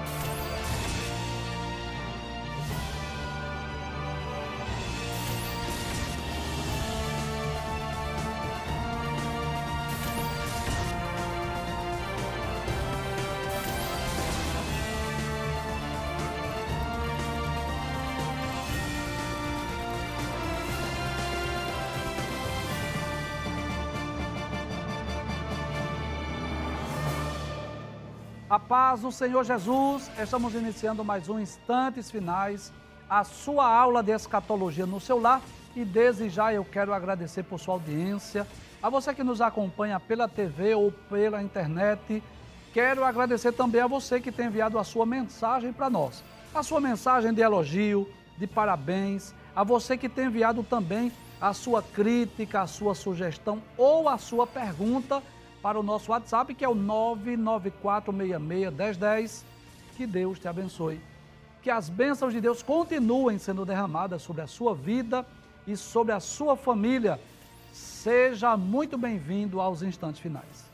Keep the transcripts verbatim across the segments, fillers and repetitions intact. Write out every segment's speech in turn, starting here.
A paz do Senhor Jesus, estamos iniciando mais um Instantes Finais, a sua aula de escatologia no seu lar, e desde já eu quero agradecer por sua audiência, a você que nos acompanha pela T V ou pela internet. Quero agradecer também a você que tem enviado a sua mensagem para nós, a sua mensagem de elogio, de parabéns, a você que tem enviado também a sua crítica, a sua sugestão ou a sua pergunta para o nosso WhatsApp, que é o nove nove quatro seis seis, um zero um zero. Que Deus te abençoe. Que as bênçãos de Deus continuem sendo derramadas sobre a sua vida e sobre a sua família. Seja muito bem-vindo aos Instantes Finais.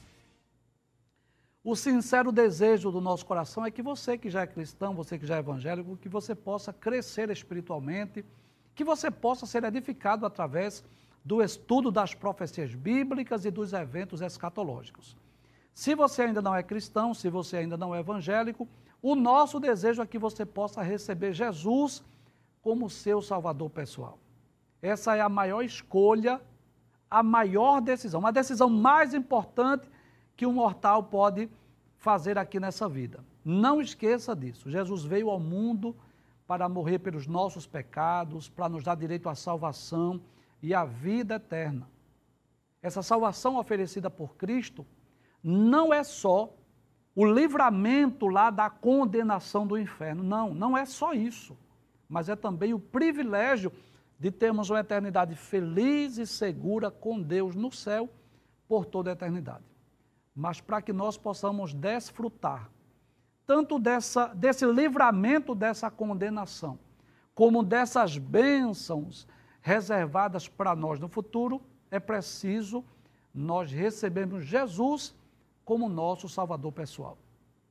O sincero desejo do nosso coração é que você que já é cristão, você que já é evangélico, que você possa crescer espiritualmente, que você possa ser edificado através do estudo das profecias bíblicas e dos eventos escatológicos. Se você ainda não é cristão, se você ainda não é evangélico, o nosso desejo é que você possa receber Jesus como seu Salvador pessoal. Essa é a maior escolha, a maior decisão, a decisão mais importante que um mortal pode fazer aqui nessa vida. Não esqueça disso. Jesus veio ao mundo para morrer pelos nossos pecados, para nos dar direito à salvação e a vida eterna. Essa salvação oferecida por Cristo não é só o livramento lá da condenação do inferno. Não, não é só isso. Mas é também o privilégio de termos uma eternidade feliz e segura com Deus no céu por toda a eternidade. Mas para que nós possamos desfrutar tanto dessa, desse livramento dessa condenação, como dessas bênçãos reservadas para nós no futuro, é preciso nós recebermos Jesus como nosso Salvador pessoal.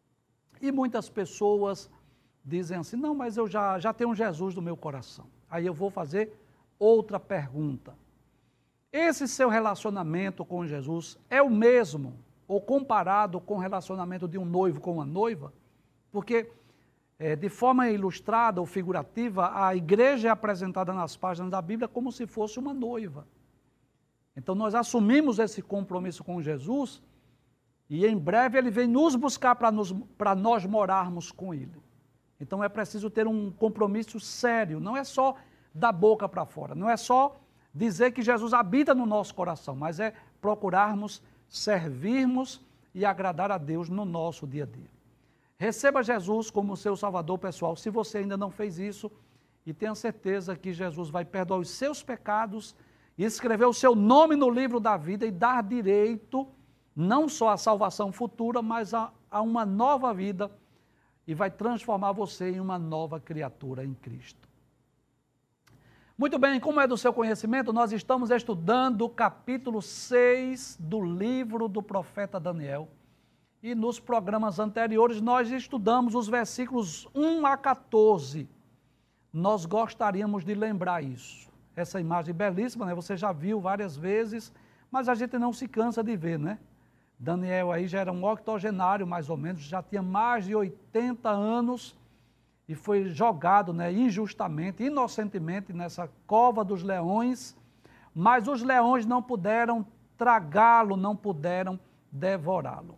E muitas pessoas dizem assim, não, mas eu já, já tenho Jesus no meu coração. Aí eu vou fazer outra pergunta. Esse seu relacionamento com Jesus é o mesmo ou comparado com o relacionamento de um noivo com uma noiva? Porque É, de forma ilustrada ou figurativa, a igreja é apresentada nas páginas da Bíblia como se fosse uma noiva. Então nós assumimos esse compromisso com Jesus e em breve ele vem nos buscar para nos, para nós morarmos com ele. Então é preciso ter um compromisso sério, não é só da boca para fora, não é só dizer que Jesus habita no nosso coração, mas é procurarmos servirmos e agradar a Deus no nosso dia a dia. Receba Jesus como seu Salvador pessoal, se você ainda não fez isso, e tenha certeza que Jesus vai perdoar os seus pecados e escrever o seu nome no livro da vida e dar direito, não só à salvação futura, mas a, a uma nova vida, e vai transformar você em uma nova criatura em Cristo. Muito bem, como é do seu conhecimento, nós estamos estudando o capítulo seis do livro do profeta Daniel. E nos programas anteriores nós estudamos os versículos um a quatorze. Nós gostaríamos de lembrar isso. Essa imagem belíssima, né? Você já viu várias vezes, mas a gente não se cansa de ver, né? Daniel aí já era um octogenário, mais ou menos, já tinha mais de oitenta anos e foi jogado, né, injustamente, inocentemente nessa cova dos leões, mas os leões não puderam tragá-lo, não puderam devorá-lo.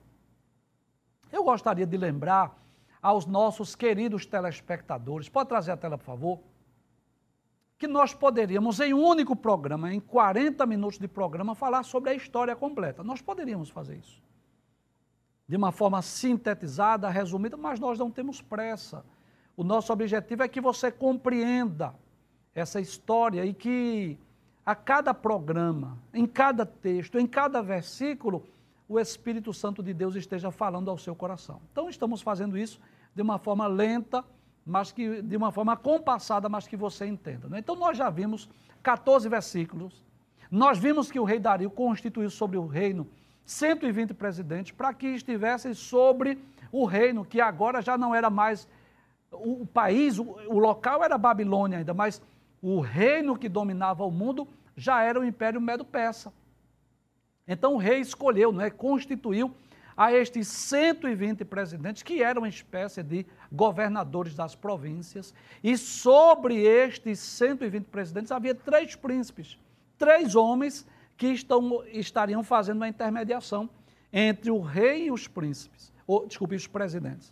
Eu gostaria de lembrar aos nossos queridos telespectadores, pode trazer a tela, por favor, que nós poderíamos, em um único programa, em quarenta minutos de programa, falar sobre a história completa. Nós poderíamos fazer isso. De uma forma sintetizada, resumida, mas nós não temos pressa. O nosso objetivo é que você compreenda essa história e que a cada programa, em cada texto, em cada versículo, o Espírito Santo de Deus esteja falando ao seu coração. Então, estamos fazendo isso de uma forma lenta, mas que, de uma forma compassada, mas que você entenda, né? Então, nós já vimos quatorze versículos, nós vimos que o rei Dario constituiu sobre o reino cento e vinte presidentes para que estivessem sobre o reino, que agora já não era mais o país, o, o local era Babilônia ainda, mas o reino que dominava o mundo já era o Império Medo-Persa. Então o rei escolheu, né, constituiu a estes cento e vinte presidentes, que eram uma espécie de governadores das províncias, e sobre estes cento e vinte presidentes havia três príncipes, três homens que estão, estariam fazendo uma intermediação entre o rei e os príncipes, ou, desculpe, os presidentes.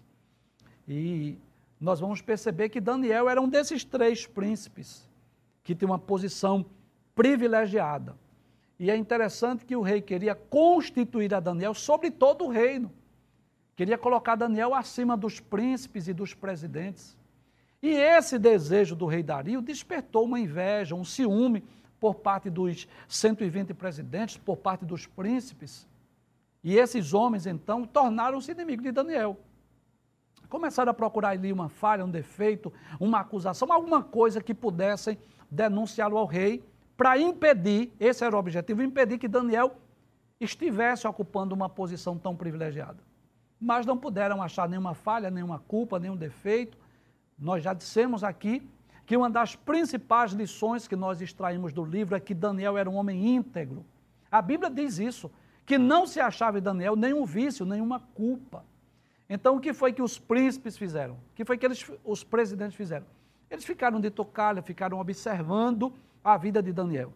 E nós vamos perceber que Daniel era um desses três príncipes, que tem uma posição privilegiada. E é interessante que o rei queria constituir a Daniel sobre todo o reino. Queria colocar Daniel acima dos príncipes e dos presidentes. E esse desejo do rei Dario despertou uma inveja, um ciúme por parte dos cento e vinte presidentes, por parte dos príncipes. E esses homens, então, tornaram-se inimigos de Daniel. Começaram a procurar ali uma falha, um defeito, uma acusação, alguma coisa que pudessem denunciá-lo ao rei, para impedir, esse era o objetivo, impedir que Daniel estivesse ocupando uma posição tão privilegiada. Mas não puderam achar nenhuma falha, nenhuma culpa, nenhum defeito. Nós já dissemos aqui que uma das principais lições que nós extraímos do livro é que Daniel era um homem íntegro. A Bíblia diz isso, que não se achava em Daniel nenhum vício, nenhuma culpa. Então, o que foi que os príncipes fizeram? O que foi que eles, os presidentes fizeram? Eles ficaram de tocalha, ficaram observando a vida de Daniel.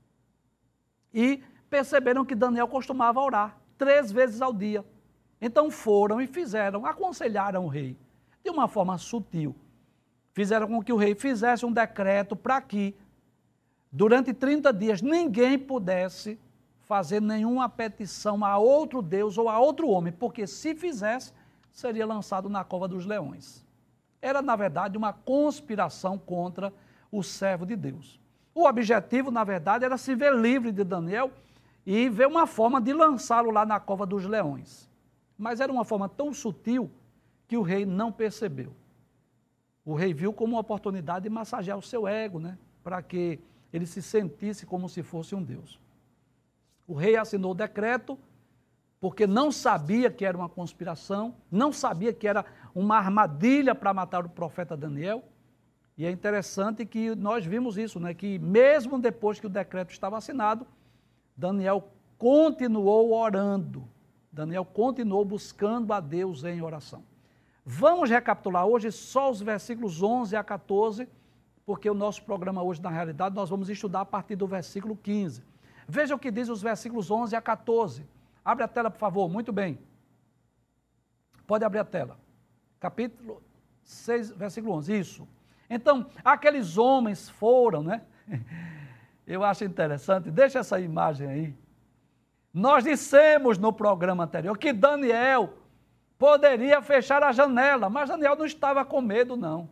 E perceberam que Daniel costumava orar três vezes ao dia. Então foram e fizeram, aconselharam o rei, de uma forma sutil. Fizeram com que o rei fizesse um decreto para que, durante trinta dias, ninguém pudesse fazer nenhuma petição a outro Deus ou a outro homem, porque se fizesse, seria lançado na cova dos leões. Era, na verdade, uma conspiração contra o servo de Deus. O objetivo, na verdade, era se ver livre de Daniel e ver uma forma de lançá-lo lá na cova dos leões. Mas era uma forma tão sutil que o rei não percebeu. O rei viu como uma oportunidade de massagear o seu ego, né? Para que ele se sentisse como se fosse um Deus. O rei assinou o decreto porque não sabia que era uma conspiração, não sabia que era uma armadilha para matar o profeta Daniel. E é interessante que nós vimos isso, né? Que mesmo depois que o decreto estava assinado, Daniel continuou orando. Daniel continuou buscando a Deus em oração. Vamos recapitular hoje só os versículos onze a quatorze, porque o nosso programa hoje, na realidade, nós vamos estudar a partir do versículo quinze. Veja o que diz os versículos onze a quatorze. Abre a tela, por favor. Muito bem. Pode abrir a tela. Capítulo seis, versículo onze. Isso. Então, aqueles homens foram, né? Eu acho interessante, deixa essa imagem aí. Nós dissemos no programa anterior que Daniel poderia fechar a janela, mas Daniel não estava com medo, não.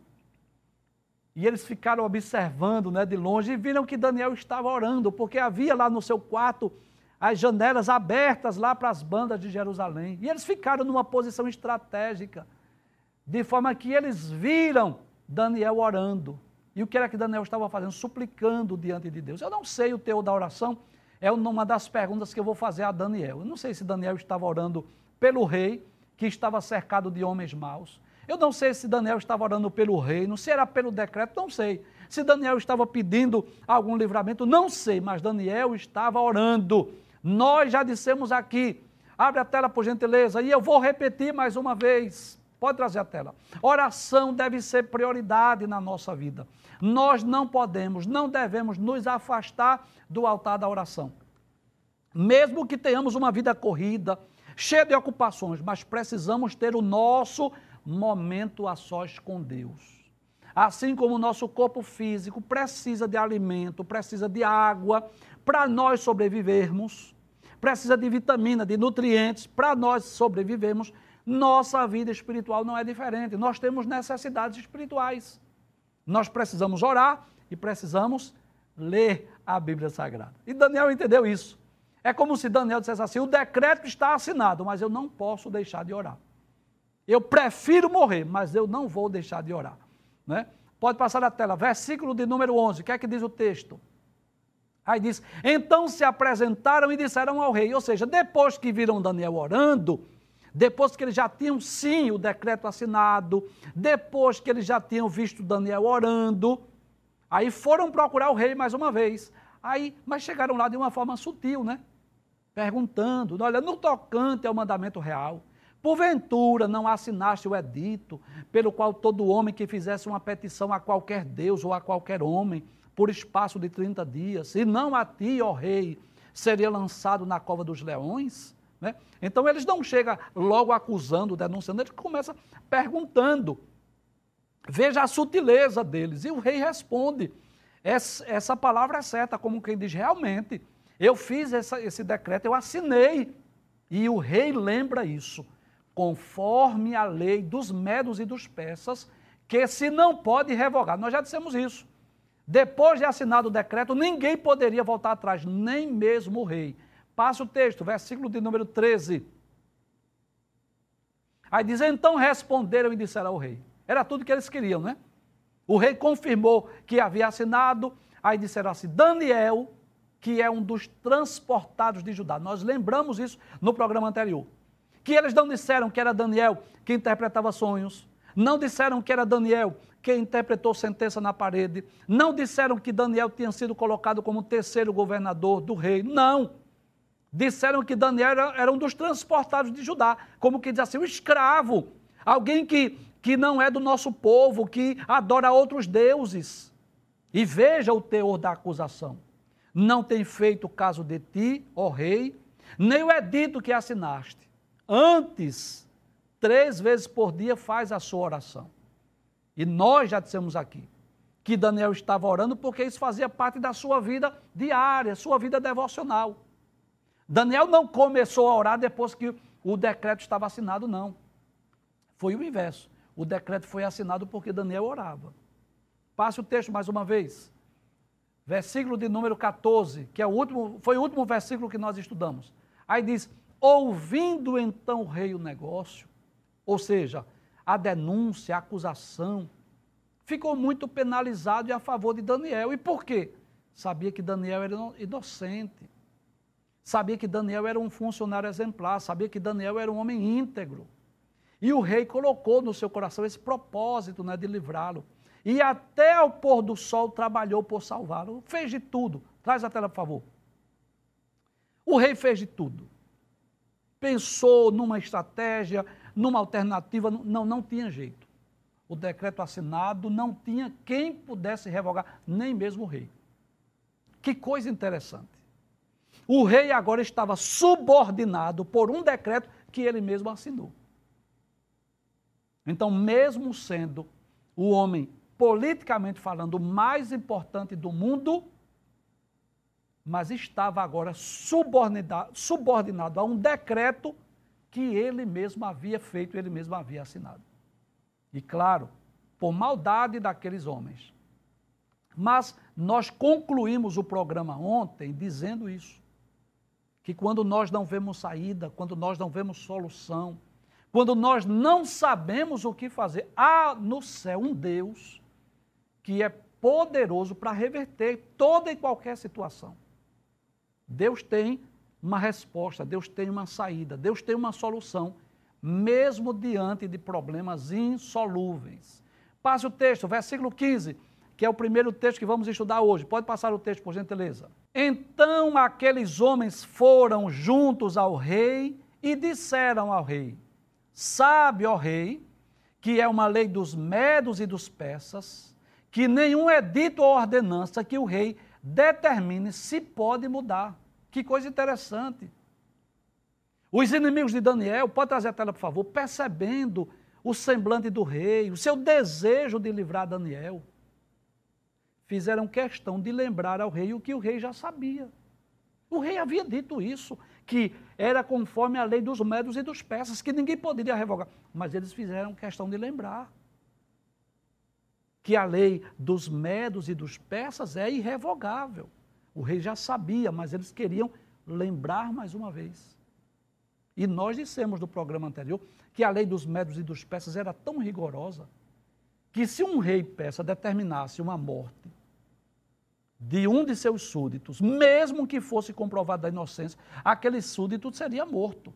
E eles ficaram observando, né, de longe e viram que Daniel estava orando, porque havia lá no seu quarto as janelas abertas lá para as bandas de Jerusalém. E eles ficaram numa posição estratégica, de forma que eles viram Daniel orando. E o que era que Daniel estava fazendo? Suplicando diante de Deus. Eu não sei o teor da oração, é uma das perguntas que eu vou fazer a Daniel. Eu não sei se Daniel estava orando pelo rei, que estava cercado de homens maus. Eu não sei se Daniel estava orando pelo reino, se era pelo decreto, não sei. Se Daniel estava pedindo algum livramento, não sei, mas Daniel estava orando. Nós já dissemos aqui, abre a tela por gentileza, e eu vou repetir mais uma vez. Pode trazer a tela. Oração deve ser prioridade na nossa vida. Nós não podemos, não devemos nos afastar do altar da oração. Mesmo que tenhamos uma vida corrida, cheia de ocupações, mas precisamos ter o nosso momento a sós com Deus. Assim como o nosso corpo físico precisa de alimento, precisa de água para nós sobrevivermos, precisa de vitamina, de nutrientes para nós sobrevivermos, nossa vida espiritual não é diferente. Nós temos necessidades espirituais. Nós precisamos orar e precisamos ler a Bíblia Sagrada. E Daniel entendeu isso. É como se Daniel dissesse assim, o decreto está assinado, mas eu não posso deixar de orar. Eu prefiro morrer, mas eu não vou deixar de orar. Né? Pode passar a tela. Versículo de número onze. O que é que diz o texto? Aí diz, então se apresentaram e disseram ao rei, ou seja, depois que viram Daniel orando, depois que eles já tinham sim o decreto assinado, depois que eles já tinham visto Daniel orando, aí foram procurar o rei mais uma vez. Aí, mas chegaram lá de uma forma sutil, né? Perguntando, olha, no tocante ao mandamento real, porventura não assinaste o edito, pelo qual todo homem que fizesse uma petição a qualquer Deus ou a qualquer homem, por espaço de trinta dias, e não a ti, ó rei, seria lançado na cova dos leões? Né? Então eles não chegam logo acusando, denunciando, eles começam perguntando. Veja a sutileza deles. E o rei responde, essa, essa palavra é certa, como quem diz, realmente, eu fiz essa, esse decreto, eu assinei. E o rei lembra isso, conforme a lei dos medos e dos persas, que se não pode revogar. Nós já dissemos isso. Depois de assinado o decreto, ninguém poderia voltar atrás, nem mesmo o rei. Passa o texto, versículo de número treze. Aí diz, então responderam e disseram ao rei. Era tudo que eles queriam, né? O rei confirmou que havia assinado, aí disseram assim, Daniel, que é um dos transportados de Judá. Nós lembramos isso no programa anterior. Que eles não disseram que era Daniel que interpretava sonhos, não disseram que era Daniel que interpretou sentença na parede, não disseram que Daniel tinha sido colocado como terceiro governador do rei, não. Disseram que Daniel era, era um dos transportados de Judá, como que diz assim, um escravo, alguém que, que não é do nosso povo, que adora outros deuses. E veja o teor da acusação. Não tem feito caso de ti, ó rei, nem o edito que assinaste. Antes, três vezes por dia faz a sua oração. E nós já dissemos aqui que Daniel estava orando porque isso fazia parte da sua vida diária, sua vida devocional. Daniel não começou a orar depois que o decreto estava assinado, não. Foi o inverso. O decreto foi assinado porque Daniel orava. Passe o texto mais uma vez. Versículo de número quatorze, que é o último, foi o último versículo que nós estudamos. Aí diz, ouvindo então o rei o negócio, ou seja, a denúncia, a acusação, ficou muito penalizado e a favor de Daniel. E por quê? Sabia que Daniel era inocente. Sabia que Daniel era um funcionário exemplar, sabia que Daniel era um homem íntegro. E o rei colocou no seu coração esse propósito, né, de livrá-lo. E até ao pôr do sol trabalhou por salvá-lo. Fez de tudo. Traz a tela, por favor. O rei fez de tudo. Pensou numa estratégia, numa alternativa, não, não tinha jeito. O decreto assinado não tinha quem pudesse revogar, nem mesmo o rei. Que coisa interessante. O rei agora estava subordinado por um decreto que ele mesmo assinou. Então, mesmo sendo o homem, politicamente falando, o mais importante do mundo, mas estava agora subordinado, subordinado a um decreto que ele mesmo havia feito, ele mesmo havia assinado. E claro, por maldade daqueles homens. Mas nós concluímos o programa ontem dizendo isso, que quando nós não vemos saída, quando nós não vemos solução, quando nós não sabemos o que fazer, há no céu um Deus que é poderoso para reverter toda e qualquer situação. Deus tem uma resposta, Deus tem uma saída, Deus tem uma solução, mesmo diante de problemas insolúveis. Passe o texto, versículo quinze, que é o primeiro texto que vamos estudar hoje. Pode passar o texto, por gentileza. Então aqueles homens foram juntos ao rei e disseram ao rei, sabe, ó rei, que é uma lei dos medos e dos persas, que nenhum edito ou ordenança que o rei determine se pode mudar. Que coisa interessante. Os inimigos de Daniel, pode trazer a tela, por favor, percebendo o semblante do rei, o seu desejo de livrar Daniel, fizeram questão de lembrar ao rei o que o rei já sabia. O rei havia dito isso, que era conforme a lei dos medos e dos persas, que ninguém poderia revogar. Mas eles fizeram questão de lembrar que a lei dos medos e dos persas é irrevogável. O rei já sabia, mas eles queriam lembrar mais uma vez. E nós dissemos no programa anterior que a lei dos medos e dos persas era tão rigorosa que se um rei persa determinasse uma morte de um de seus súditos, mesmo que fosse comprovada a inocência, aquele súdito seria morto.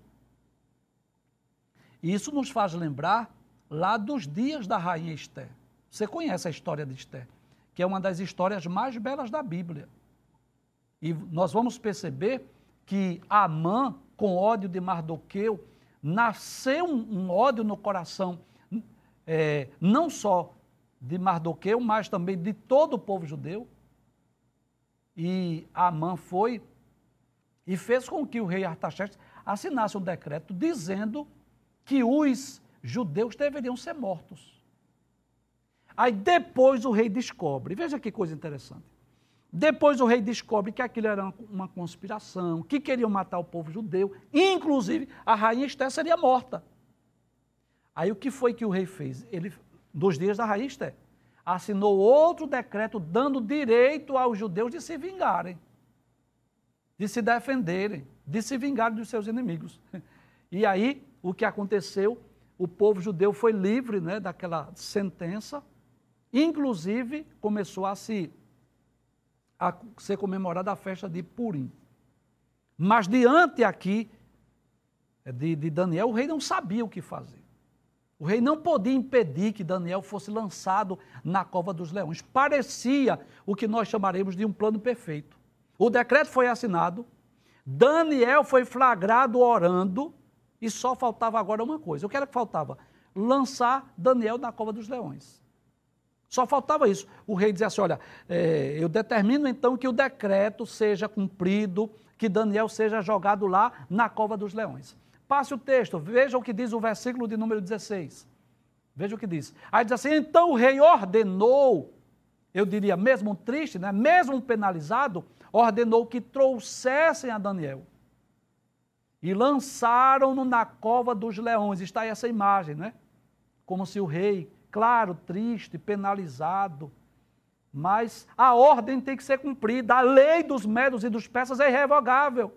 Isso nos faz lembrar lá dos dias da rainha Esther. Você conhece a história de Esther, que é uma das histórias mais belas da Bíblia. E nós vamos perceber que Amã, com ódio de Mardoqueu, nasceu um, um ódio no coração, é, não só de Mardoqueu, mas também de todo o povo judeu. E Amã foi e fez com que o rei Artaxerxes assinasse um decreto dizendo que os judeus deveriam ser mortos. Aí depois o rei descobre, veja que coisa interessante, depois o rei descobre que aquilo era uma conspiração, que queriam matar o povo judeu, inclusive a rainha Esther seria morta. Aí o que foi que o rei fez? Ele, nos dias da rainha Esther, assinou outro decreto dando direito aos judeus de se vingarem, de se defenderem, de se vingarem dos seus inimigos. E aí, o que aconteceu? O povo judeu foi livre, né, daquela sentença, inclusive começou a, se, a ser comemorada a festa de Purim. Mas diante aqui de, de Daniel, o rei não sabia o que fazer. O rei não podia impedir que Daniel fosse lançado na cova dos leões. Parecia o que nós chamaremos de um plano perfeito. O decreto foi assinado, Daniel foi flagrado orando, e só faltava agora uma coisa. O que era que faltava? Lançar Daniel na cova dos leões. Só faltava isso. O rei dizia assim, olha, é, eu determino então que o decreto seja cumprido, que Daniel seja jogado lá na cova dos leões. Passe o texto, veja o que diz o versículo de número dezesseis. Veja o que diz. Aí diz assim, então o rei ordenou, eu diria mesmo triste, né, mesmo penalizado, ordenou que trouxessem a Daniel. E lançaram-no na cova dos leões. Está aí essa imagem, né? Como se o rei, claro, triste, penalizado, mas a ordem tem que ser cumprida. A lei dos medos e dos persas é irrevogável.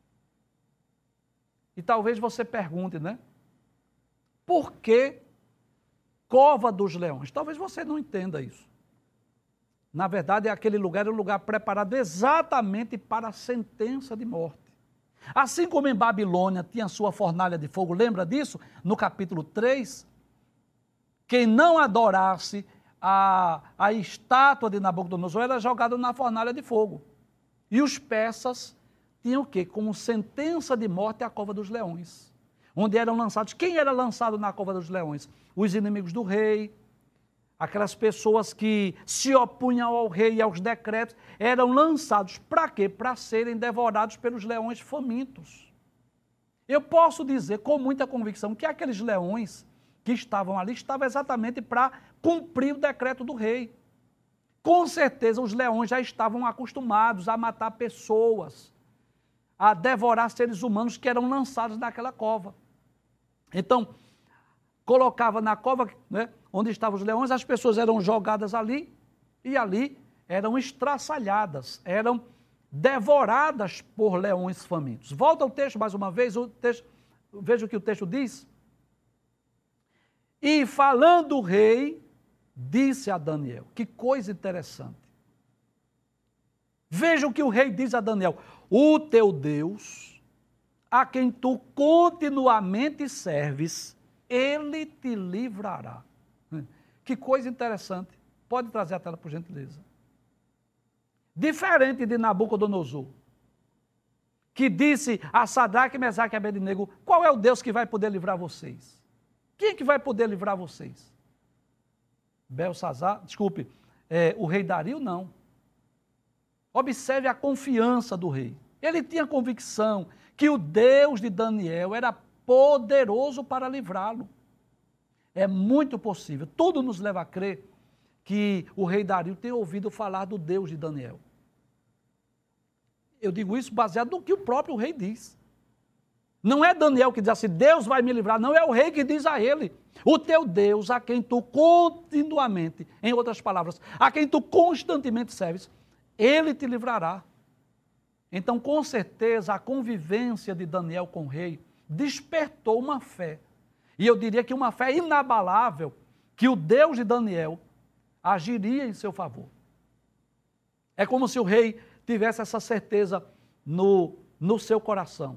E talvez você pergunte, né? Por que cova dos leões? Talvez você não entenda isso. Na verdade, aquele lugar era um lugar preparado exatamente para a sentença de morte. Assim como em Babilônia tinha sua fornalha de fogo, lembra disso? No capítulo três, quem não adorasse a, a estátua de Nabucodonosor era jogado na fornalha de fogo. E os persas tinham o quê? Como sentença de morte a cova dos leões, onde eram lançados. Quem era lançado na cova dos leões? Os inimigos do rei, aquelas pessoas que se opunham ao rei e aos decretos, eram lançados para quê? Para serem devorados pelos leões famintos. Eu posso dizer com muita convicção que aqueles leões que estavam ali estavam exatamente para cumprir o decreto do rei. Com certeza os leões já estavam acostumados a matar pessoas, a devorar seres humanos que eram lançados naquela cova. Então, colocava na cova, né, onde estavam os leões, as pessoas eram jogadas ali, e ali eram estraçalhadas, eram devoradas por leões famintos. Volta ao texto mais uma vez, o texto, veja o que o texto diz. E falando o rei, disse a Daniel, que coisa interessante. Veja o que o rei diz a Daniel, o teu Deus, a quem tu continuamente serves, ele te livrará. Que coisa interessante. Pode trazer a tela, por gentileza. Diferente de Nabucodonosor, que disse a Sadraque, Mesaque e Abednego, qual é o Deus que vai poder livrar vocês? Quem é que vai poder livrar vocês? Belsazar, desculpe, é, o rei Dario não. Observe a confiança do rei. Ele tinha convicção que o Deus de Daniel era poderoso para livrá-lo. É muito possível, tudo nos leva a crer que o rei Dario tem ouvido falar do Deus de Daniel. Eu digo isso baseado no que o próprio rei diz. Não é Daniel que diz assim, Deus vai me livrar, não, é o rei que diz a ele, o teu Deus, a quem tu continuamente, em outras palavras, a quem tu constantemente serves, ele te livrará. Então, com certeza, a convivência de Daniel com o rei despertou uma fé, e eu diria que uma fé inabalável, que o Deus de Daniel agiria em seu favor. É como se o rei tivesse essa certeza no, no seu coração.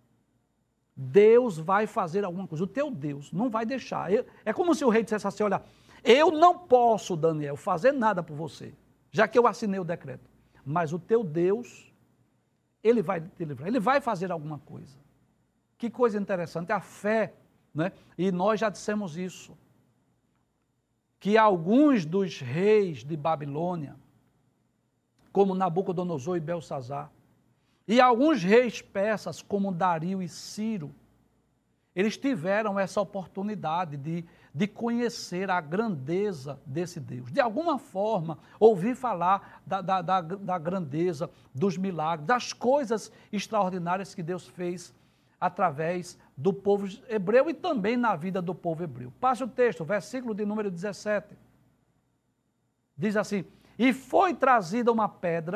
Deus vai fazer alguma coisa. O teu Deus não vai deixar. É como se o rei dissesse assim, olha, eu não posso, Daniel, fazer nada por você, já que eu assinei o decreto. Mas o teu Deus, ele vai te livrar, ele vai fazer alguma coisa. Que coisa interessante, a fé, né? E nós já dissemos isso, que alguns dos reis de Babilônia, como Nabucodonosor e Belsazar, e alguns reis persas, como Dario e Ciro, eles tiveram essa oportunidade de, de conhecer a grandeza desse Deus. De alguma forma, ouvir falar da, da, da, da grandeza, dos milagres, das coisas extraordinárias que Deus fez através do povo hebreu e também na vida do povo hebreu. Passe o texto, versículo de número dezessete. Diz assim, e foi trazida uma pedra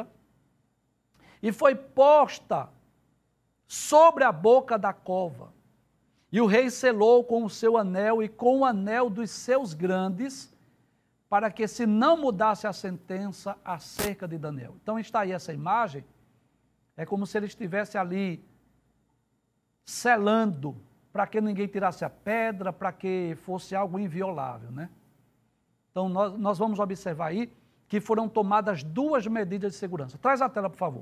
e foi posta sobre a boca da cova. E o rei selou com o seu anel e com o anel dos seus grandes, para que se não mudasse a sentença acerca de Daniel. Então está aí essa imagem, é como se ele estivesse ali selando, para que ninguém tirasse a pedra, para que fosse algo inviolável, né? Então nós, nós vamos observar aí que foram tomadas duas medidas de segurança. Traz a tela, por favor.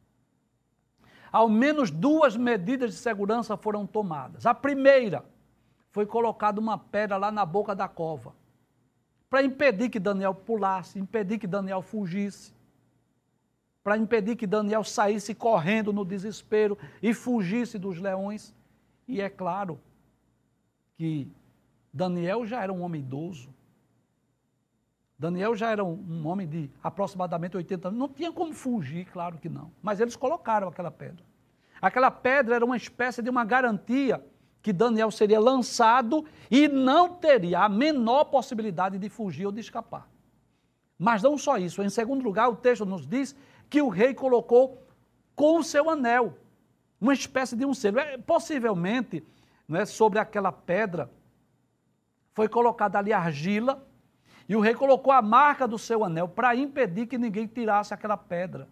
Ao menos duas medidas de segurança foram tomadas. A primeira foi colocada uma pedra lá na boca da cova, para impedir que Daniel pulasse, impedir que Daniel fugisse, para impedir que Daniel saísse correndo no desespero e fugisse dos leões. E é claro que Daniel já era um homem idoso. Daniel já era um, um homem de aproximadamente oitenta anos. Não tinha como fugir, claro que não. Mas eles colocaram aquela pedra. Aquela pedra era uma espécie de uma garantia que Daniel seria lançado e não teria a menor possibilidade de fugir ou de escapar. Mas não só isso. Em segundo lugar, o texto nos diz que o rei colocou com o seu anel uma espécie de um selo. É, possivelmente, né, sobre aquela pedra, foi colocada ali argila, e o rei colocou a marca do seu anel para impedir que ninguém tirasse aquela pedra.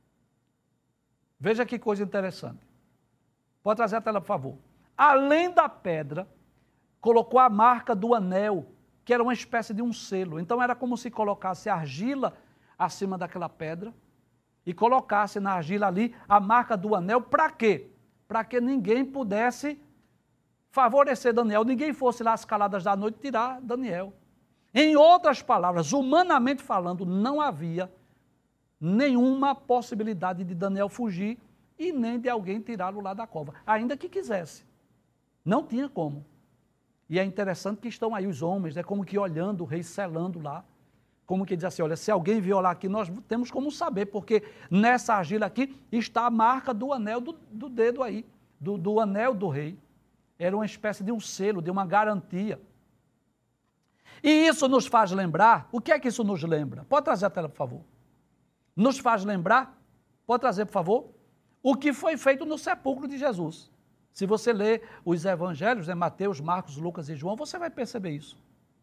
Veja que coisa interessante. Pode trazer a tela, por favor. Além da pedra, colocou a marca do anel, que era uma espécie de um selo. Então era como se colocasse argila acima daquela pedra e colocasse na argila ali a marca do anel. Para quê? Para que ninguém pudesse favorecer Daniel, ninguém fosse lá às caladas da noite tirar Daniel. Em outras palavras, humanamente falando, não havia nenhuma possibilidade de Daniel fugir e nem de alguém tirá-lo lá da cova, ainda que quisesse. Não tinha como. E é interessante que estão aí os homens, né, como que olhando o rei selando lá, como que diz assim, olha, se alguém violar aqui, nós temos como saber, porque nessa argila aqui está a marca do anel do, do dedo aí, do, do anel do rei. Era uma espécie de um selo, de uma garantia. E isso nos faz lembrar, o que é que isso nos lembra? Pode trazer a tela, por favor. Nos faz lembrar, pode trazer, por favor, o que foi feito no sepulcro de Jesus. Se você ler os evangelhos, né, Mateus, Marcos, Lucas e João, você vai perceber isso.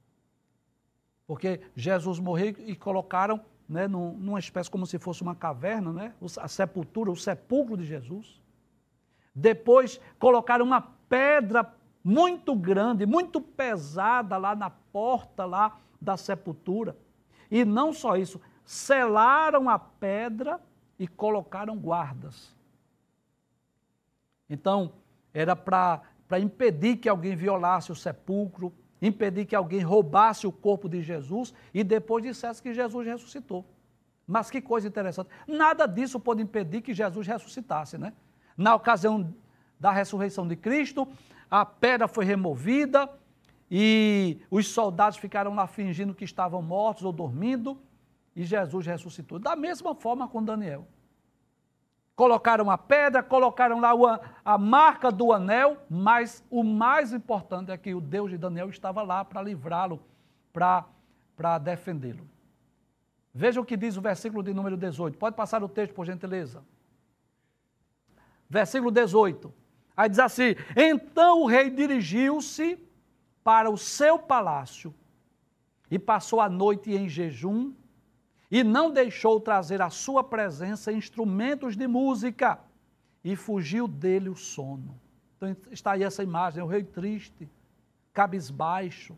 Porque Jesus morreu e colocaram, né, num, numa espécie como se fosse uma caverna, né, a sepultura, o sepulcro de Jesus. Depois colocaram uma pedra muito grande, muito pesada lá na porta lá da sepultura. E não só isso, selaram a pedra e colocaram guardas. Então, era para impedir que alguém violasse o sepulcro, impedir que alguém roubasse o corpo de Jesus e depois dissesse que Jesus ressuscitou. Mas que coisa interessante. Nada disso pode impedir que Jesus ressuscitasse, né? Na ocasião da ressurreição de Cristo, a pedra foi removida e os soldados ficaram lá fingindo que estavam mortos ou dormindo e Jesus ressuscitou. Da mesma forma com Daniel. Colocaram a pedra, colocaram lá a marca do anel, mas o mais importante é que o Deus de Daniel estava lá para livrá-lo, para para defendê-lo. Veja o que diz o versículo de número dezoito. Pode passar o texto, por gentileza. Versículo dezoito. Aí diz assim, então o rei dirigiu-se para o seu palácio e passou a noite em jejum e não deixou trazer à sua presença instrumentos de música, e fugiu dele o sono. Então está aí essa imagem, é o rei triste, cabisbaixo,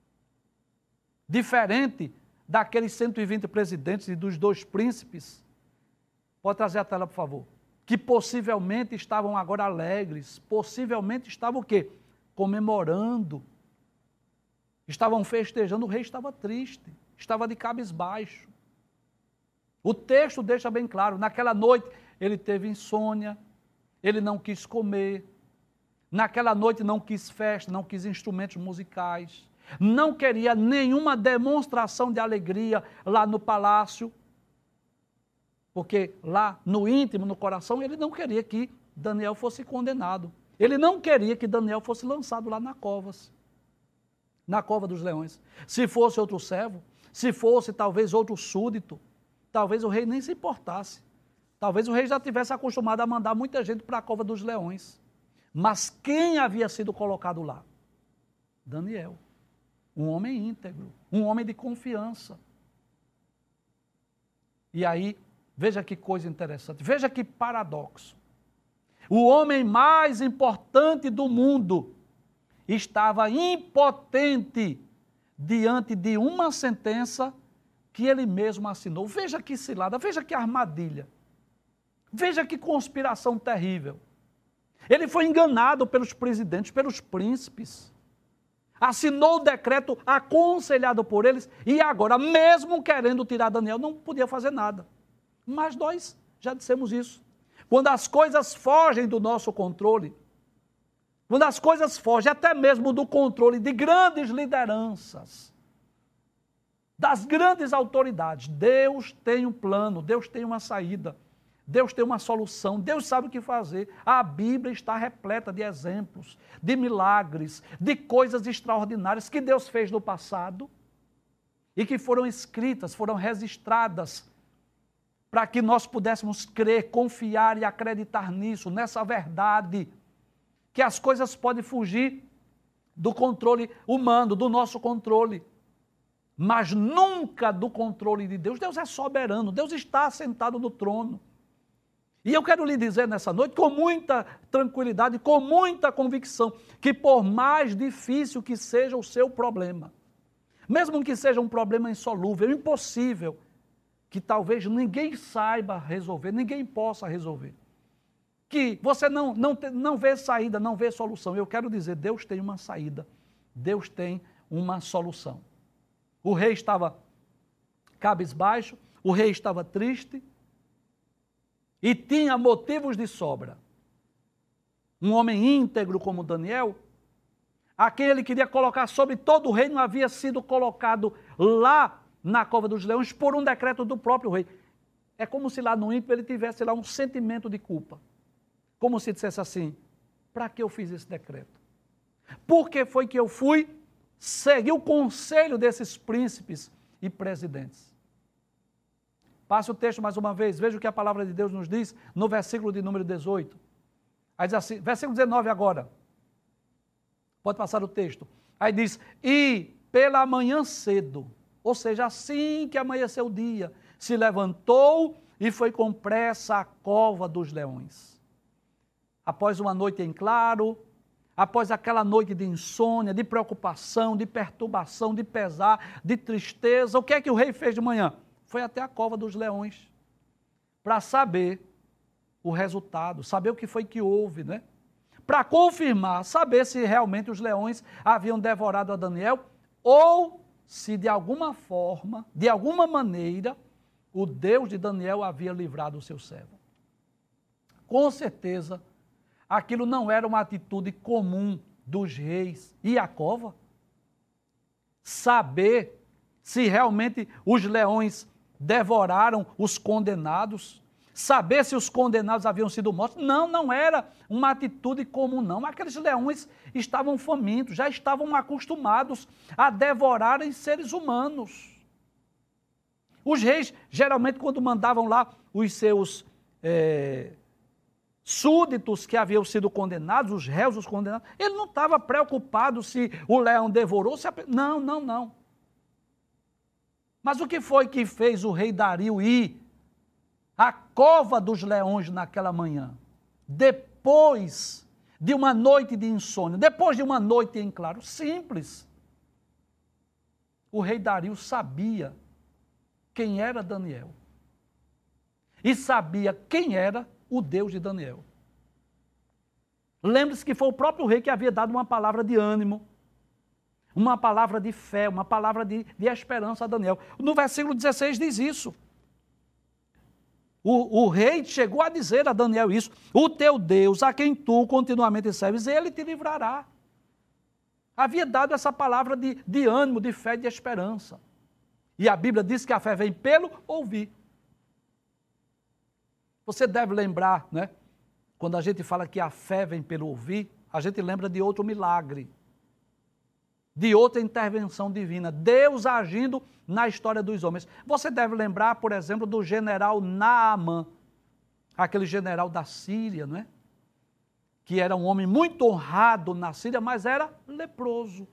diferente daqueles cento e vinte presidentes e dos dois príncipes. Pode trazer a tela, por favor. Que possivelmente estavam agora alegres, possivelmente estavam o quê? Comemorando, estavam festejando. O rei estava triste, estava de cabisbaixo. O texto deixa bem claro, naquela noite ele teve insônia, ele não quis comer, naquela noite não quis festa, não quis instrumentos musicais, não queria nenhuma demonstração de alegria lá no palácio, porque lá no íntimo, no coração, ele não queria que Daniel fosse condenado. Ele não queria que Daniel fosse lançado lá na covas, na cova dos leões. Se fosse outro servo, se fosse talvez outro súdito, talvez o rei nem se importasse. Talvez o rei já tivesse acostumado a mandar muita gente para a cova dos leões. Mas quem havia sido colocado lá? Daniel. Um homem íntegro, um homem de confiança. E aí, veja que coisa interessante, veja que paradoxo. O homem mais importante do mundo estava impotente diante de uma sentença que ele mesmo assinou. Veja que cilada, veja que armadilha. Veja que conspiração terrível. Ele foi enganado pelos presidentes, pelos príncipes. Assinou o decreto aconselhado por eles e agora, mesmo querendo tirar Daniel, não podia fazer nada. Mas nós já dissemos isso. Quando as coisas fogem do nosso controle, quando as coisas fogem até mesmo do controle de grandes lideranças, das grandes autoridades, Deus tem um plano, Deus tem uma saída. Deus tem uma solução, Deus sabe o que fazer. A Bíblia está repleta de exemplos, de milagres, de coisas extraordinárias que Deus fez no passado e que foram escritas, foram registradas para que nós pudéssemos crer, confiar e acreditar nisso, nessa verdade, que as coisas podem fugir do controle humano, do nosso controle, mas nunca do controle de Deus. Deus é soberano, Deus está assentado no trono. E eu quero lhe dizer nessa noite, com muita tranquilidade, com muita convicção, que por mais difícil que seja o seu problema, mesmo que seja um problema insolúvel, impossível, que talvez ninguém saiba resolver, ninguém possa resolver, que você não, não, não vê saída, não vê solução, eu quero dizer, Deus tem uma saída, Deus tem uma solução. O rei estava cabisbaixo, o rei estava triste, e tinha motivos de sobra. Um homem íntegro como Daniel, a quem ele queria colocar sobre todo o reino, havia sido colocado lá na cova dos leões por um decreto do próprio rei. É como se lá no ímpio ele tivesse lá um sentimento de culpa. Como se dissesse assim, para que eu fiz esse decreto? Por que foi que eu fui seguir o conselho desses príncipes e presidentes? Passe o texto mais uma vez, veja o que a palavra de Deus nos diz no versículo de número dezoito. Aí diz assim, versículo dezenove agora. Pode passar o texto. Aí diz, e pela manhã cedo, ou seja, assim que amanheceu o dia, se levantou e foi com pressa à cova dos leões. Após uma noite em claro, após aquela noite de insônia, de preocupação, de perturbação, de pesar, de tristeza, o que é que o rei fez de manhã? Foi até a cova dos leões, para saber o resultado, saber o que foi que houve, né? Para confirmar, saber se realmente os leões haviam devorado a Daniel, ou se de alguma forma, de alguma maneira, o Deus de Daniel havia livrado o seu servo. Com certeza, aquilo não era uma atitude comum dos reis. E a cova? Saber se realmente os leões devoraram os condenados, saber se os condenados haviam sido mortos. Não, não era uma atitude comum, não. Aqueles leões estavam famintos, já estavam acostumados a devorarem seres humanos. Os reis, geralmente, quando mandavam lá os seus é, súditos que haviam sido condenados, os réus, os condenados, ele não estava preocupado se o leão devorou, se a... não, não, não. Mas o que foi que fez o rei Dario ir à cova dos leões naquela manhã? Depois de uma noite de insônia, depois de uma noite em claro, simples. O rei Dario sabia quem era Daniel. E sabia quem era o Deus de Daniel. Lembre-se que foi o próprio rei que havia dado uma palavra de ânimo, uma palavra de fé, uma palavra de, de esperança a Daniel. No versículo dezesseis diz isso. O, o rei chegou a dizer a Daniel isso: o teu Deus, a quem tu continuamente serves, ele te livrará. Havia dado essa palavra de, de ânimo, de fé e de esperança. E a Bíblia diz que a fé vem pelo ouvir. Você deve lembrar, né? Quando a gente fala que a fé vem pelo ouvir, a gente lembra de outro milagre, de outra intervenção divina, Deus agindo na história dos homens. Você deve lembrar, por exemplo, do general Naamã, aquele general da Síria, não é? Que era um homem muito honrado na Síria, mas era leproso.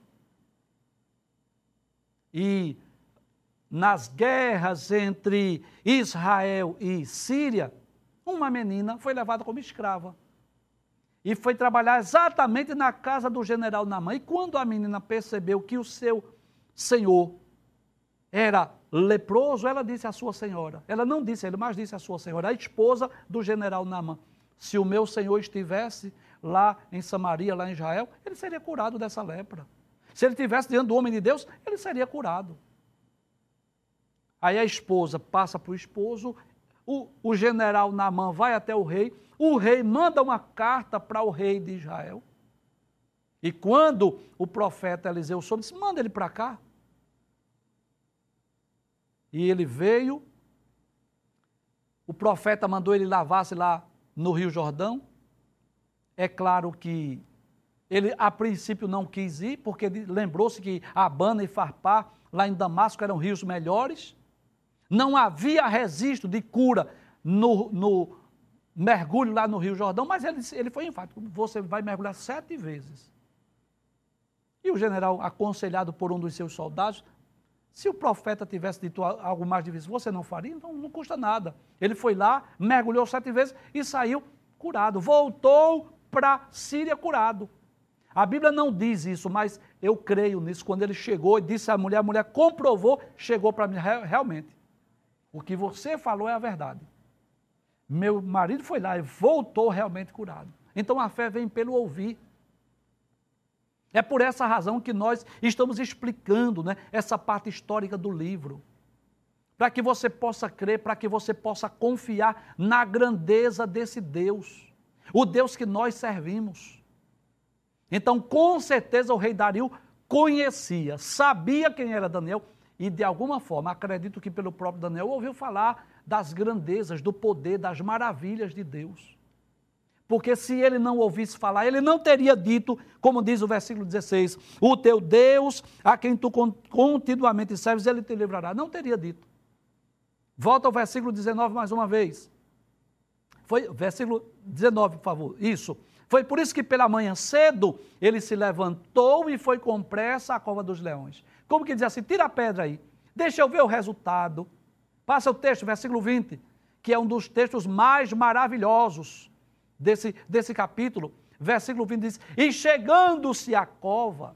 E nas guerras entre Israel e Síria, uma menina foi levada como escrava e foi trabalhar exatamente na casa do general Naamã. E quando a menina percebeu que o seu senhor era leproso, ela disse à sua senhora, ela não disse a ele, mas disse à sua senhora, a esposa do general Naamã: se o meu senhor estivesse lá em Samaria, lá em Israel, ele seria curado dessa lepra. Se ele estivesse diante do homem de Deus, ele seria curado. Aí a esposa passa para o esposo, o, o general Naamã vai até o rei, o rei manda uma carta para o rei de Israel. E quando o profeta Eliseu soube, disse: manda ele para cá. E ele veio, o profeta mandou ele lavar-se lá no Rio Jordão. É claro que ele a princípio não quis ir, porque lembrou-se que Abana e Farpá, lá em Damasco, eram rios melhores. Não havia registro de cura no, no mergulho lá no Rio Jordão, mas ele, ele foi enfático: você vai mergulhar sete vezes. E o general, aconselhado por um dos seus soldados, se o profeta tivesse dito algo mais difícil, você não faria? Então não custa nada. Ele foi lá, mergulhou sete vezes e saiu curado. Voltou para a Síria curado. A Bíblia não diz isso, mas eu creio nisso. Quando ele chegou e disse à mulher, a mulher comprovou, chegou para mim, realmente, o que você falou é a verdade. Meu marido foi lá e voltou realmente curado. Então a fé vem pelo ouvir. É por essa razão que nós estamos explicando, né, essa parte histórica do livro. Para que você possa crer, para que você possa confiar na grandeza desse Deus. O Deus que nós servimos. Então, com certeza, o rei Dario conhecia, sabia quem era Daniel e, de alguma forma, acredito que pelo próprio Daniel, ouviu falar das grandezas, do poder, das maravilhas de Deus. Porque se ele não ouvisse falar, ele não teria dito, como diz o versículo dezesseis, o teu Deus, a quem tu continuamente serves, ele te livrará. Não teria dito. Volta ao versículo dezenove mais uma vez. Foi, versículo dezenove, por favor. Isso. Foi por isso que pela manhã cedo ele se levantou e foi com pressa à cova dos leões. Como que diz assim, tira a pedra aí, deixa eu ver o resultado. Passa o texto, versículo vinte, que é um dos textos mais maravilhosos desse, desse capítulo. Versículo vinte diz, e chegando-se à cova,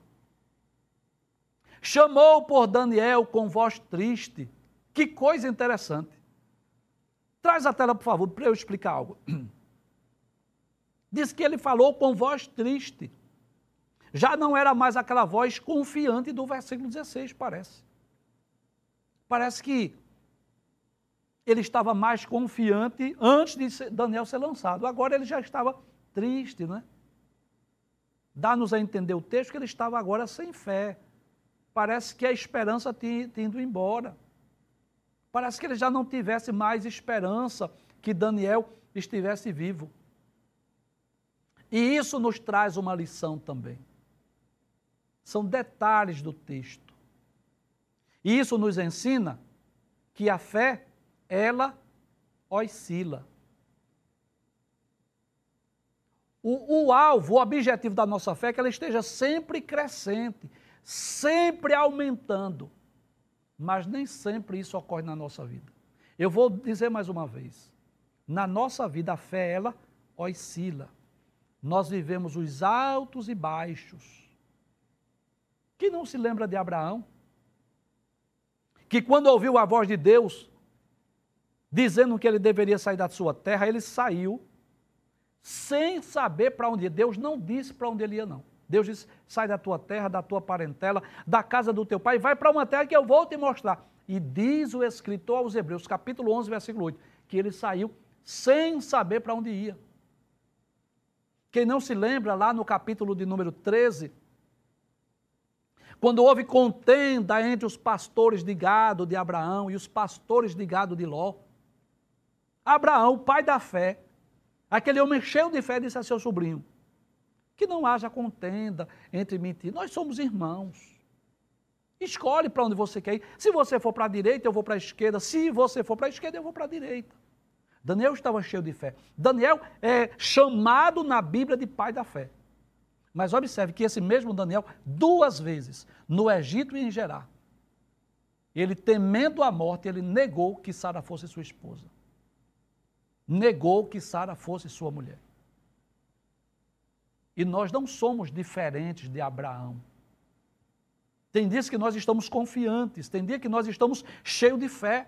chamou por Daniel com voz triste. Que coisa interessante. Traz a tela, por favor, para eu explicar algo. Diz que ele falou com voz triste. Já não era mais aquela voz confiante do versículo dezesseis, parece. Parece que ele estava mais confiante antes de Daniel ser lançado. Agora ele já estava triste, né? Dá-nos a entender o texto que ele estava agora sem fé. Parece que a esperança tinha ido embora. Parece que ele já não tivesse mais esperança que Daniel estivesse vivo. E isso nos traz uma lição também. São detalhes do texto. E isso nos ensina que a fé, ela oscila. O, o alvo, o objetivo da nossa fé é que ela esteja sempre crescente, sempre aumentando. Mas nem sempre isso ocorre na nossa vida. Eu vou dizer mais uma vez. Na nossa vida, a fé, ela oscila. Nós vivemos os altos e baixos. Quem não se lembra de Abraão? Que quando ouviu a voz de Deus, dizendo que ele deveria sair da sua terra, ele saiu sem saber para onde ia. Deus não disse para onde ele ia, não. Deus disse, sai da tua terra, da tua parentela, da casa do teu pai, vai para uma terra que eu vou te mostrar. E diz o escritor aos Hebreus, capítulo onze, versículo oito, que ele saiu sem saber para onde ia. Quem não se lembra, lá no capítulo de número treze, quando houve contenda entre os pastores de gado de Abraão e os pastores de gado de Ló, Abraão, o pai da fé, aquele homem cheio de fé, disse a seu sobrinho, que não haja contenda entre mim e ti. Nós somos irmãos. Escolhe para onde você quer ir. Se você for para a direita, eu vou para a esquerda. Se você for para a esquerda, eu vou para a direita. Daniel estava cheio de fé. Daniel é chamado na Bíblia de pai da fé. Mas observe que esse mesmo Daniel, duas vezes, no Egito e em Gerar, ele temendo a morte, ele negou que Sara fosse sua esposa. Negou que Sara fosse sua mulher. E nós não somos diferentes de Abraão. Tem dias que nós estamos confiantes, tem dia que nós estamos cheios de fé.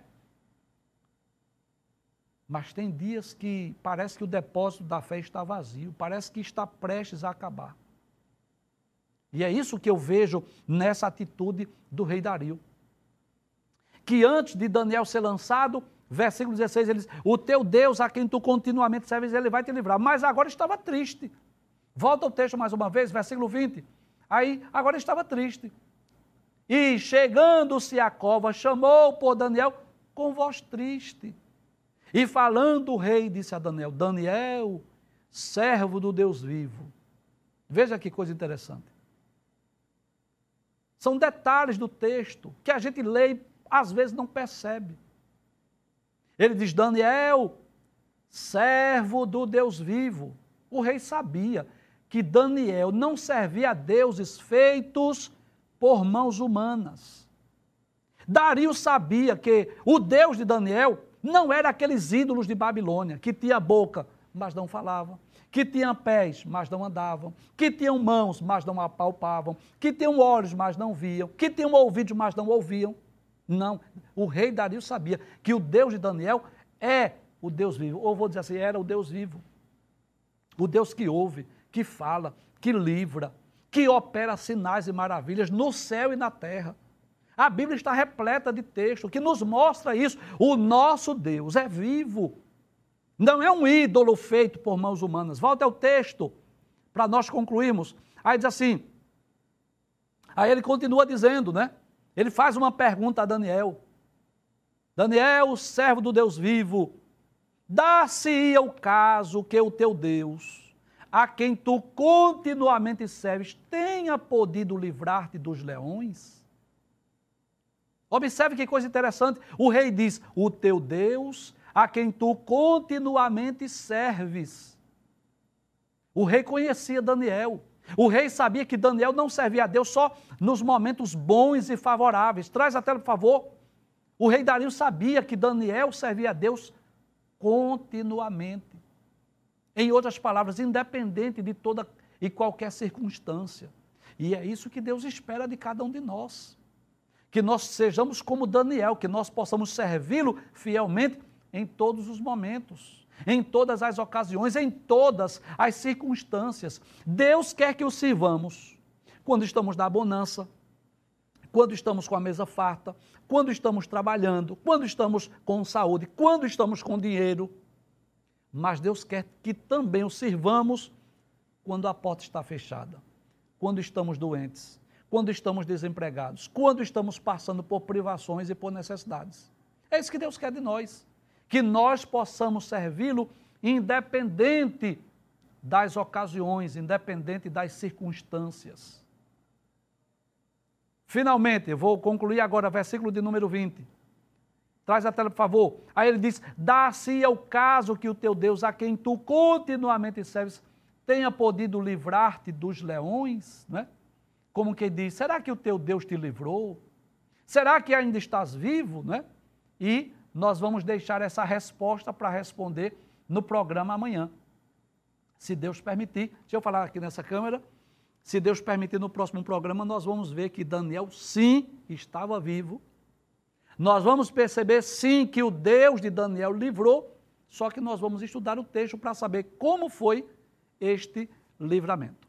Mas tem dias que parece que o depósito da fé está vazio, parece que está prestes a acabar. E é isso que eu vejo nessa atitude do rei Dario. Que antes de Daniel ser lançado, versículo dezesseis, ele diz, o teu Deus a quem tu continuamente serves, ele vai te livrar. Mas agora estava triste. Volta o texto mais uma vez, versículo vinte. Aí, agora estava triste. E chegando-se à cova, chamou por Daniel com voz triste. E falando o rei, disse a Daniel, Daniel, servo do Deus vivo. Veja que coisa interessante. São detalhes do texto que a gente lê e às vezes não percebe. Ele diz, Daniel, servo do Deus vivo. O rei sabia que Daniel não servia a deuses feitos por mãos humanas. Dario sabia que o Deus de Daniel não era aqueles ídolos de Babilônia, que tinha boca, mas não falavam, que tinham pés, mas não andavam, que tinham mãos, mas não apalpavam, que tinham olhos, mas não viam, que tinham ouvidos, mas não ouviam. Não, o rei Dario sabia que o Deus de Daniel é o Deus vivo, ou vou dizer assim, era o Deus vivo. O Deus que ouve, que fala, que livra, que opera sinais e maravilhas no céu e na terra. A Bíblia está repleta de texto que nos mostra isso. O nosso Deus é vivo. Não é um ídolo feito por mãos humanas. Volta ao texto, para nós concluirmos. Aí diz assim, aí ele continua dizendo, né? Ele faz uma pergunta a Daniel. Daniel, servo do Deus vivo, dá-se-ia o caso que o teu Deus, a quem tu continuamente serves, tenha podido livrar-te dos leões? Observe que coisa interessante. O rei diz, o teu Deus, a quem tu continuamente serves. O rei conhecia Daniel. O rei sabia que Daniel não servia a Deus só nos momentos bons e favoráveis. Traz a tela, por favor. O rei Dario sabia que Daniel servia a Deus continuamente. Em outras palavras, independente de toda e qualquer circunstância. E é isso que Deus espera de cada um de nós. Que nós sejamos como Daniel, que nós possamos servi-lo fielmente em todos os momentos, em todas as ocasiões, em todas as circunstâncias. Deus quer que o sirvamos quando estamos na bonança, quando estamos com a mesa farta, quando estamos trabalhando, quando estamos com saúde, quando estamos com dinheiro. Mas Deus quer que também o sirvamos quando a porta está fechada, quando estamos doentes, quando estamos desempregados, quando estamos passando por privações e por necessidades. É isso que Deus quer de nós, que nós possamos servi-lo independente das ocasiões, independente das circunstâncias. Finalmente, eu vou concluir agora, versículo de número vinte. Traz a tela, por favor. Aí ele diz, dá-se-ia o caso que o teu Deus, a quem tu continuamente serves, tenha podido livrar-te dos leões, né? Como quem diz, será que o teu Deus te livrou? Será que ainda estás vivo, né? E nós vamos deixar essa resposta para responder no programa amanhã. Se Deus permitir, deixa eu falar aqui nessa câmera, se Deus permitir, no próximo programa nós vamos ver que Daniel sim estava vivo. Nós vamos perceber sim que o Deus de Daniel livrou, só que nós vamos estudar o texto para saber como foi este livramento.